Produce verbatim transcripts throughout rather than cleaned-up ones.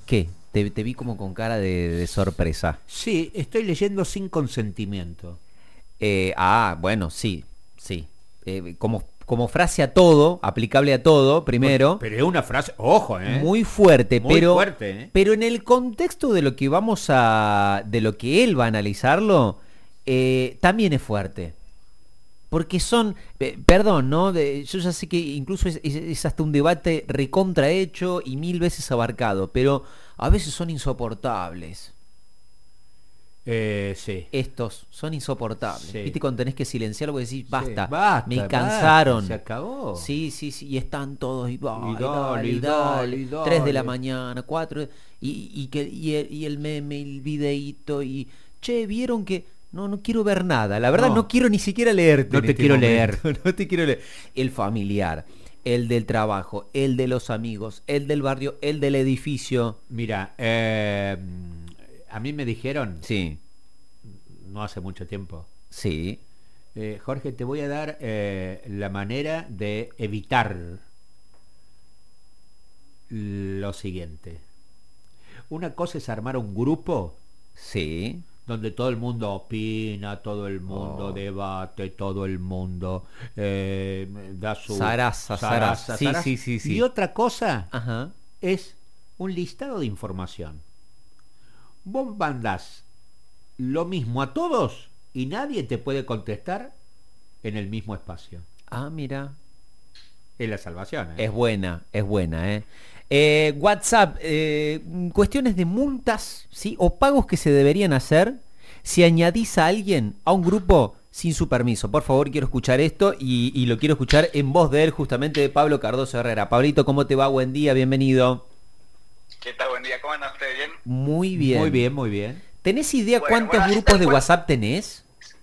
¿Qué? Te, te vi como con cara de, de sorpresa. Sí, estoy leyendo sin consentimiento. Eh, ah, bueno, sí, sí. Eh, como, como frase a todo, aplicable a todo, Porque, primero, pero es una frase, ojo, ¿eh? muy fuerte, Muy pero, fuerte, ¿eh? pero en el contexto de lo que vamos a, de lo que él va a analizarlo, eh, también es fuerte. Porque son, eh, perdón, ¿no? De- yo ya sé que incluso es, es- es hasta un debate recontrahecho y mil veces abarcado, pero a veces son insoportables. Eh, sí, Estos son insoportables. sí, ¿Viste cuando tenés que silenciar algo y decís, sí. basta, me Basta, basta, se cansaron? acabó. Sí, sí, sí, y están todos, y Y dale, dale, dale, y y dale, dale. y Tres de la dale. mañana, cuatro, y, y, que, y, el, y el meme, el videíto, y, che, ¿vieron que? No, no quiero ver nada. La verdad, no No, quiero ni siquiera leerte no en te este quiero momento. leer. No te quiero leer. El familiar, el del trabajo, el de los amigos, el del barrio, el del edificio. Mira, eh, a mí me dijeron, Sí, no hace mucho tiempo, sí. eh, Jorge, te voy a dar eh, la manera de evitar lo siguiente. Una cosa es armar un grupo Sí. donde todo el mundo opina, todo el mundo Oh. debate, todo el mundo eh, da su Zaraza, zaraza. zaraza, Sí, zaraza. sí, sí, Y sí. otra cosa Ajá. es un listado de información. Vos mandás lo mismo a todos y nadie te puede contestar en el mismo espacio. Ah, mira. Es la salvación, ¿eh? Es buena, es buena, ¿eh? Eh, WhatsApp, eh, cuestiones de multas, ¿sí? O pagos que se deberían hacer si añadís a alguien a un grupo sin su permiso. Por favor, quiero escuchar esto y, y lo quiero escuchar en voz de él, justamente de Pablo Cardoso Herrera. Pablito, ¿cómo te va? Buen día, bienvenido. ¿Qué tal? Buen día. ¿Cómo andan ustedes? ¿Bien? Muy Muy bien. bien, muy bien. ¿Tenés idea Bueno, cuántos bueno, así grupos tal de cual. WhatsApp tenés?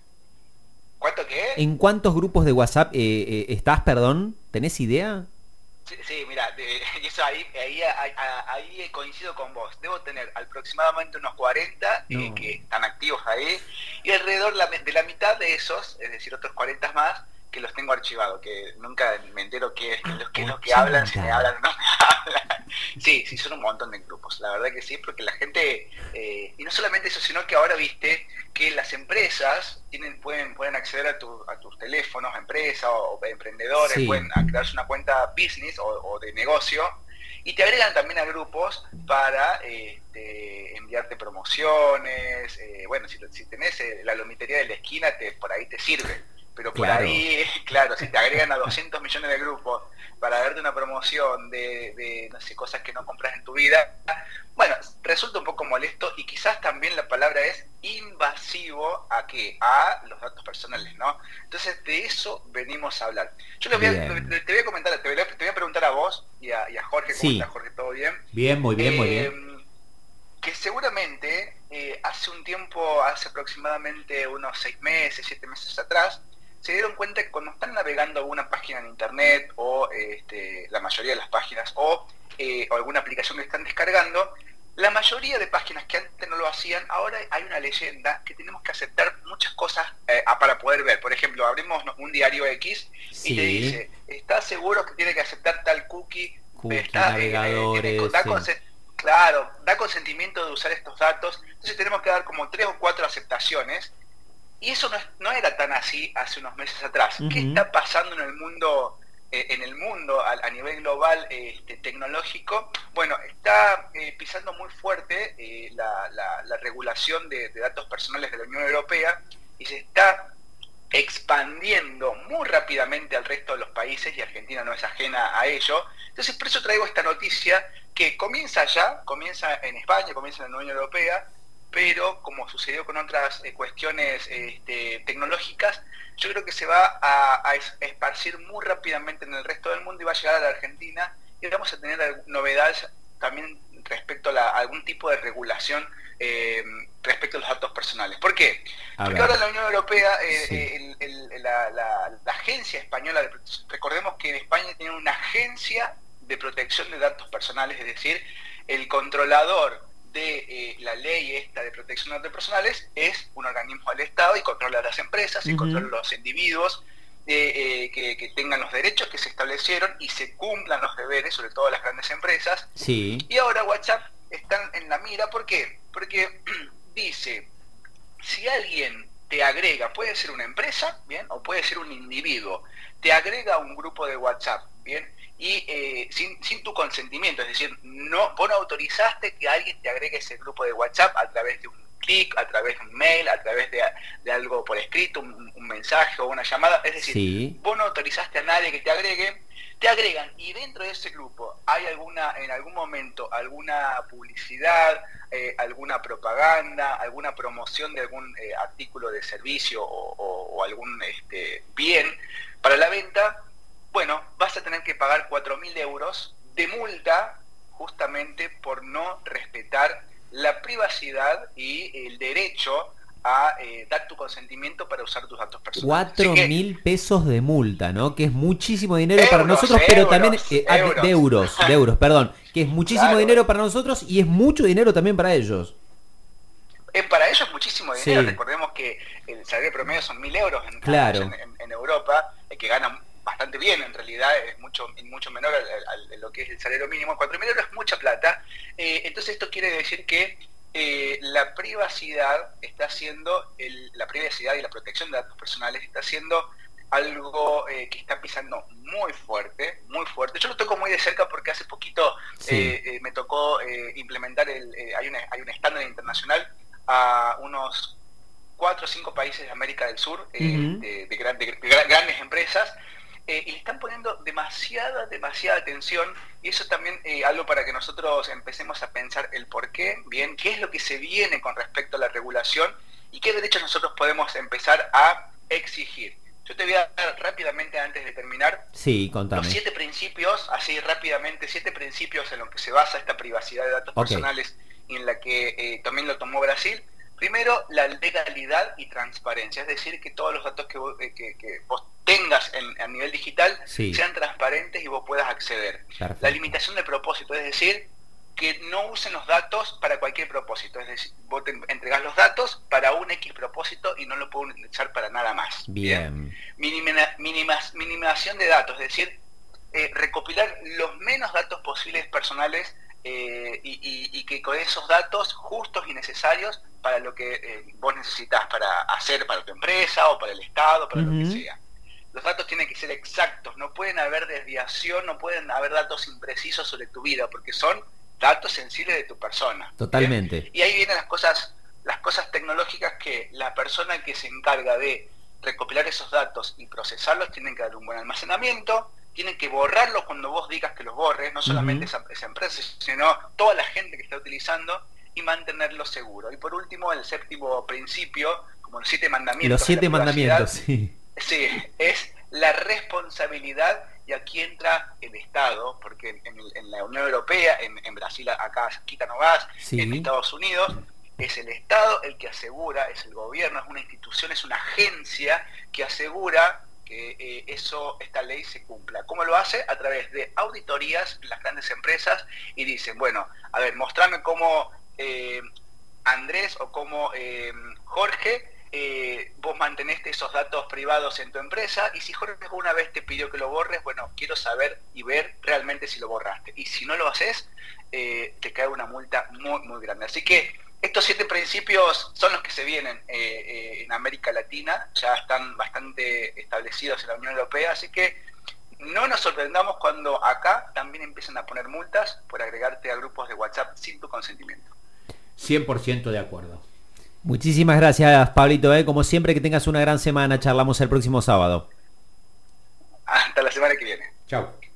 ¿Cuánto qué? ¿En cuántos grupos de WhatsApp eh, eh, estás, perdón? ¿Tenés idea? Sí, sí, mira, de- y eso ahí, ahí, ahí, ahí coincido con vos. Debo tener aproximadamente unos cuarenta eh, No. que están activos ahí y alrededor la- de la mitad de esos, es decir, otros cuarenta más, que los tengo archivados, que nunca me entero qué es, qué es Ah, lo, qué es lo que hablan, si me ochenta. hablan o no me hablan. Sí, sí, son un montón de grupos, la verdad que sí, porque la gente, eh, y no solamente eso, sino que ahora viste que las empresas tienen, pueden, pueden acceder a, tu, a tus teléfonos, empresas o, o emprendedores, Sí, pueden crearse una cuenta business o, o de negocio y te agregan también a grupos para este, enviarte promociones. Eh, bueno, si, si tenés eh, la lomitería de la esquina, te, por ahí te sirve. Pero por claro. ahí, claro, si te agregan a doscientos millones de grupos para darte una promoción de, de, no sé, cosas que no compras en tu vida, bueno, resulta un poco molesto y quizás también la palabra es invasivo a que a los datos personales, ¿no? Entonces de eso venimos a hablar. Yo les voy a, Bien. te voy a comentar, te voy a, te voy a preguntar a vos y a, y a Jorge, ¿cómo estás, Sí, Jorge? ¿Todo bien? Bien, muy bien, muy Eh, bien. que seguramente eh, hace un tiempo, hace aproximadamente unos seis meses, siete meses atrás, se dieron cuenta que cuando están navegando alguna página en internet o este, la mayoría de las páginas o, eh, o alguna aplicación que están descargando, la mayoría de páginas que antes no lo hacían, ahora hay una leyenda que tenemos que aceptar muchas cosas eh, para poder ver. Por ejemplo, abrimos un diario X y te sí. dice, ¿estás seguro que tiene que aceptar tal cookie? Cookie, Está, eh, eh, tiene, navegadores, da, sí. claro, da consentimiento de usar estos datos. Entonces tenemos que dar como tres o cuatro aceptaciones. Y eso no, es, no era tan así hace unos meses atrás. ¿Qué Ujú. está pasando en el mundo, eh, en el mundo a, a nivel global este, tecnológico? Bueno, está eh, pisando muy fuerte eh, la, la, la regulación de, de datos personales de la Unión Europea y se está expandiendo muy rápidamente al resto de los países y Argentina no es ajena a ello. Entonces por eso traigo esta noticia que comienza ya, comienza en España, comienza en la Unión Europea, pero como sucedió con otras eh, cuestiones este, tecnológicas, yo creo que se va a, a esparcir muy rápidamente en el resto del mundo y va a llegar a la Argentina y vamos a tener novedades también respecto a, la, a algún tipo de regulación eh, respecto a los datos personales. ¿Por qué? A Porque ver, ahora la Unión Europea, eh, sí. el, el, la, la, la agencia española, de, recordemos que en España tiene una agencia de protección de datos personales, es decir, el controlador de eh, la ley esta de protección de datos personales es un organismo del Estado y controla a las empresas y controla Ujú. a los individuos eh, eh, que, que tengan los derechos que se establecieron y se cumplan los deberes, sobre todo las grandes empresas. Sí, Y ahora WhatsApp está mira, ¿por qué? Porque dice, si alguien te agrega, puede ser una empresa, ¿bien? O puede ser un individuo, te agrega a un grupo de WhatsApp, ¿bien? Y eh, sin, sin tu consentimiento, es decir, no, vos no autorizaste que alguien te agregue a ese grupo de WhatsApp a través de un clic, a través de un mail, a través de, de algo por escrito, un, un mensaje o una llamada, es decir, Sí. vos no autorizaste a nadie que te agregue, te agregan y dentro de ese grupo hay alguna, en algún momento, alguna publicidad, eh, alguna propaganda, alguna promoción de algún eh, artículo de servicio o, o, o algún este, bien para la venta, bueno, vas a tener que pagar cuatro mil euros de multa justamente por no respetar la privacidad y el derecho a eh, dar tu consentimiento para usar tus datos personales. Cuatro mil pesos de multa, ¿no? Que es muchísimo dinero para Euros, nosotros, pero euros, también eh, ah, de- euros. de euros, de euros, perdón, que es muchísimo Claro. dinero para nosotros y es mucho dinero también para ellos. Eh, para ellos es muchísimo dinero. Sí. Recordemos que el salario promedio son mil euros en, Claro. en, en- en Europa, eh, que ganan bastante bien en realidad, es mucho mucho menor al, al- a lo que es el salario mínimo. Cuatro mil euros es mucha plata. Eh, entonces esto quiere decir que eh, la privacidad está siendo, el, la privacidad y la protección de datos personales está siendo algo eh, que está pisando muy fuerte, muy fuerte. Yo lo toco muy de cerca porque hace poquito Sí. eh, eh, me tocó eh, implementar, el, eh, hay, una, hay un estándar internacional a unos cuatro o cinco países de América del Sur, eh, Ujú. de, de gran- de gra- grandes empresas, eh, y le están poniendo demasiada, demasiada atención, y eso también eh, algo para que nosotros empecemos a pensar el por qué, bien, qué es lo que se viene con respecto a la regulación y qué derechos nosotros podemos empezar a exigir. Yo te voy a dar rápidamente, antes de terminar, Sí, los contame. siete principios, así rápidamente, siete principios en los que se basa esta privacidad de datos Ok. personales y en la que eh, también lo tomó Brasil. Primero, la legalidad y transparencia, es decir, que todos los datos que vos, eh, que, que vos tengas en, a nivel digital Sí. sean transparentes y vos puedas acceder. Perfecto. La limitación de propósito, es decir, que no usen los datos para cualquier propósito, es decir, vos te entregás los datos para un X propósito y no lo pueden utilizar para nada más. Bien. Minimina- minimas- minimización de datos, es decir, eh, recopilar los menos datos posibles personales eh, y, y- y que con esos datos justos y necesarios para lo que eh, vos necesitas para hacer para tu empresa o para el Estado, para lo Ujú. que sea. Los datos tienen que ser exactos, no pueden haber desviación, no pueden haber datos imprecisos sobre tu vida, porque son datos sensibles de tu persona. ¿bien? Totalmente. Y ahí vienen las cosas, las cosas tecnológicas que la persona que se encarga de recopilar esos datos y procesarlos tienen que dar un buen almacenamiento, tienen que borrarlos cuando vos digas que los borres, no solamente Ujú. esa, esa empresa, sino toda la gente que está utilizando, y mantenerlo seguro. Y por último, el séptimo principio, como los siete mandamientos. Los de siete la privacidad, mandamientos, sí. sí, es la responsabilidad, y aquí entra el Estado, porque en, el- en la Unión Europea, en, en Brasil, acá cerquita no vas, Sí. en Estados Unidos, es el Estado el que asegura, es el gobierno, es una institución, es una agencia que asegura que eh, eso, esta ley se cumpla. ¿Cómo lo hace? A través de auditorías en las grandes empresas, y dicen, bueno, a ver, mostrame cómo eh, Andrés o cómo eh, Jorge, eh, vos mantenés esos datos privados en tu empresa, y si Jorge una vez te pidió que lo borres, bueno, quiero saber y ver realmente si lo borraste. Y si no lo haces, eh, te cae una multa muy, muy grande. Así que estos siete principios son los que se vienen eh, eh, en América Latina, ya están bastante establecidos en la Unión Europea, así que no nos sorprendamos cuando acá también empiezan a poner multas por agregarte a grupos de WhatsApp sin tu consentimiento. cien por ciento de acuerdo. Muchísimas gracias, Pablito. ¿eh? Como siempre, que tengas una gran semana. Charlamos el próximo sábado. Hasta la semana que viene. Chao.